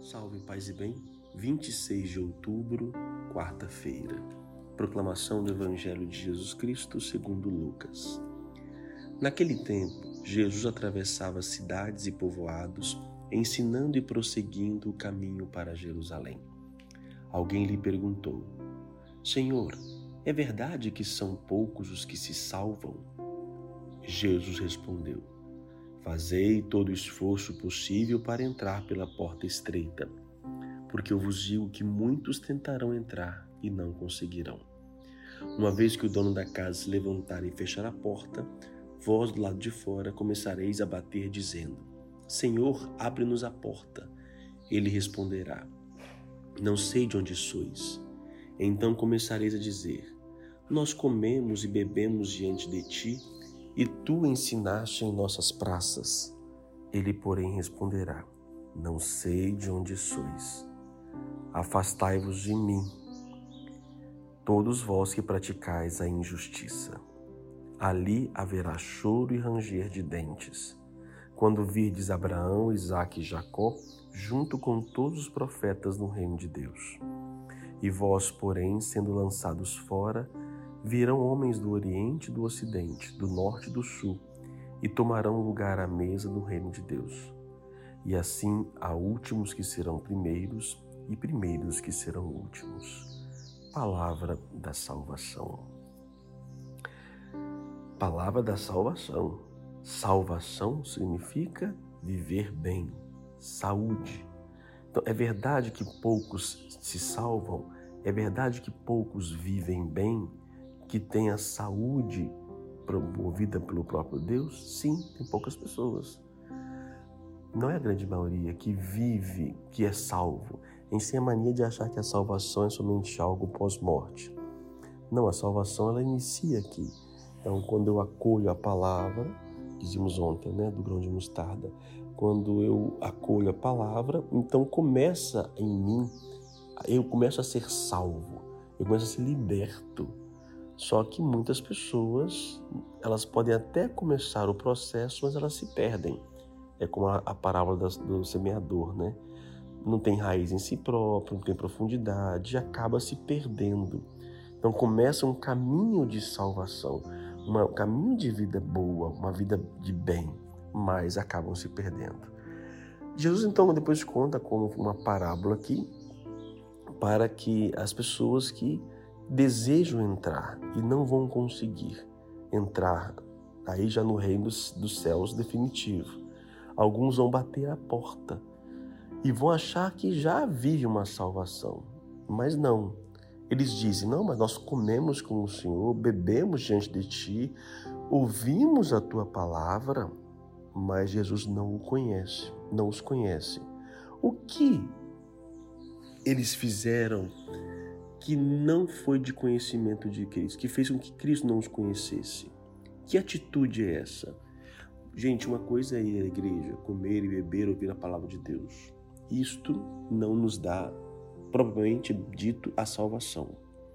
Salve, paz e bem. 26 de outubro, quarta-feira. Proclamação do Evangelho de Jesus Cristo segundo Lucas. Naquele tempo, Jesus atravessava cidades e povoados, ensinando e prosseguindo o caminho para Jerusalém. Alguém lhe perguntou: Senhor, é verdade que são poucos os que se salvam? Jesus respondeu: Fazei todo o esforço possível para entrar pela porta estreita, porque eu vos digo que muitos tentarão entrar e não conseguirão. Uma vez que o dono da casa se levantar e fechar a porta, vós do lado de fora começareis a bater dizendo: Senhor, abre-nos a porta. Ele responderá: Não sei de onde sois. Então começareis a dizer: Nós comemos e bebemos diante de ti, e tu ensinaste em nossas praças. Ele, porém, responderá: Não sei de onde sois. Afastai-vos de mim, todos vós que praticais a injustiça. Ali haverá choro e ranger de dentes, quando virdes Abraão, Isaque e Jacó, junto com todos os profetas no reino de Deus. E vós, porém, sendo lançados fora, virão homens do Oriente e do Ocidente, do Norte e do Sul, e tomarão lugar à mesa no reino de Deus. E assim há últimos que serão primeiros, e primeiros que serão últimos. Palavra da salvação. Palavra da salvação. Salvação significa viver bem, saúde. Então, é verdade que poucos se salvam, é verdade que poucos vivem bem, que têm a saúde promovida pelo próprio Deus? Sim, tem poucas pessoas. Não é a grande maioria que vive, que é salvo. A gente tem a mania de achar que a salvação é somente algo pós-morte. Não, a salvação ela inicia aqui. Então, quando eu acolho a palavra, dizíamos ontem, do grão de mostarda, quando eu acolho a palavra, então começa em mim, eu começo a ser salvo, eu começo a ser liberto. Só que muitas pessoas, elas podem até começar o processo, mas elas se perdem. É como a parábola do semeador, Não tem raiz em si próprio, não tem profundidade, acaba se perdendo. Então começa um caminho de salvação, um caminho de vida boa, uma vida de bem, mas acabam se perdendo. Jesus então depois conta como uma parábola aqui, para que as pessoas que desejam entrar e não vão conseguir entrar aí já no reino dos céus definitivo. Alguns vão bater a porta e vão achar que já vive uma salvação, mas não. Eles dizem: não, mas nós comemos com o Senhor, bebemos diante de ti, ouvimos a tua palavra, mas Jesus não os conhece. O que eles fizeram que não foi de conhecimento de Cristo, que fez com que Cristo não os conhecesse? Que atitude é essa? Gente, uma coisa é ir à igreja, comer e beber, ouvir a palavra de Deus. Isto não nos dá, propriamente dito, a salvação.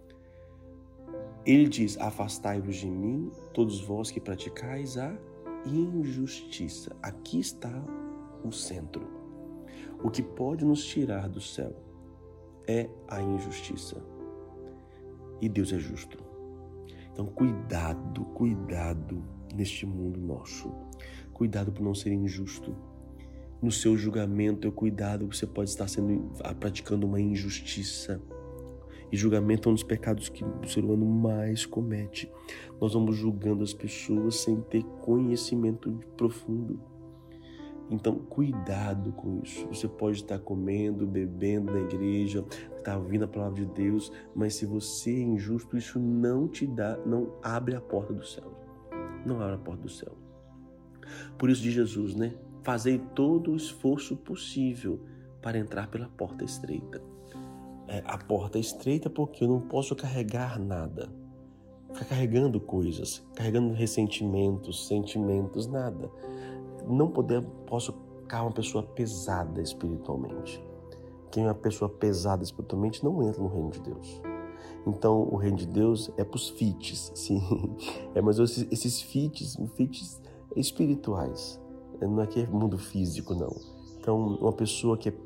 Ele diz: afastai-vos de mim, todos vós que praticais a injustiça. Aqui está o centro. O que pode nos tirar do céu é a injustiça. E Deus é justo. Então, cuidado neste mundo nosso. Cuidado por não ser injusto. No seu julgamento, cuidado, você pode estar praticando uma injustiça. E julgamento é um dos pecados que o ser humano mais comete. Nós vamos julgando as pessoas sem ter conhecimento profundo. Então, cuidado com isso. Você pode estar comendo, bebendo na igreja, estar ouvindo a palavra de Deus, mas se você é injusto, isso não abre a porta do céu. Não abre a porta do céu. Por isso diz Jesus, Fazei todo o esforço possível para entrar pela porta estreita. A porta é estreita porque eu não posso carregar nada. Ficar carregando coisas, carregando ressentimentos, sentimentos, nada. Posso ficar uma pessoa pesada espiritualmente. Quem é uma pessoa pesada espiritualmente não entra no reino de Deus. Então, o reino de Deus é para os fits, sim. Mas esses fits espirituais. Não é que é mundo físico, não. Então, uma pessoa que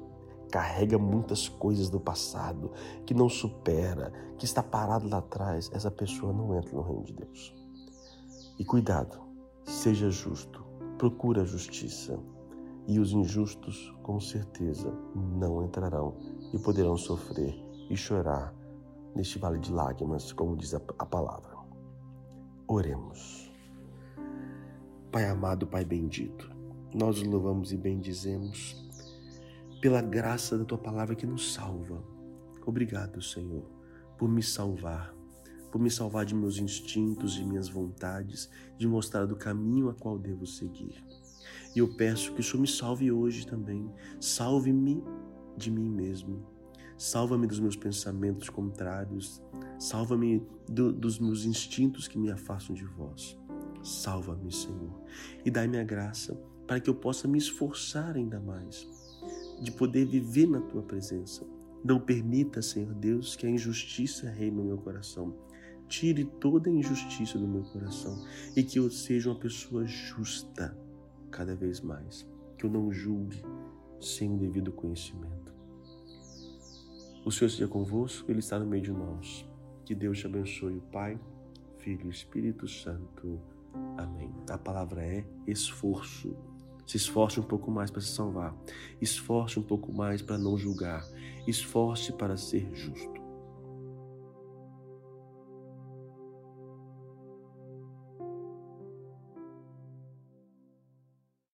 carrega muitas coisas do passado, que não supera, que está parado lá atrás, essa pessoa não entra no reino de Deus. E cuidado, seja justo, procura a justiça. E os injustos, com certeza, não entrarão e poderão sofrer e chorar neste vale de lágrimas, como diz a palavra. Oremos. Pai amado, Pai bendito, nós o louvamos e bendizemos pela graça da Tua palavra que nos salva. Obrigado, Senhor, por me salvar de meus instintos, de minhas vontades, de mostrar do caminho a qual devo seguir. E eu peço que o Senhor me salve hoje também. Salve-me de mim mesmo. Salva-me dos meus pensamentos contrários. Salva-me dos meus instintos que me afastam de vós. Salva-me, Senhor. E dai-me a graça para que eu possa me esforçar ainda mais, de poder viver na Tua presença. Não permita, Senhor Deus, que a injustiça reine no meu coração. Tire toda a injustiça do meu coração e que eu seja uma pessoa justa cada vez mais. Que eu não julgue sem o devido conhecimento. O Senhor seja convosco, Ele está no meio de nós. Que Deus te abençoe, o Pai, Filho e Espírito Santo. Amém. A palavra é esforço. Se esforce um pouco mais para se salvar. Esforce um pouco mais para não julgar. Esforce para ser justo.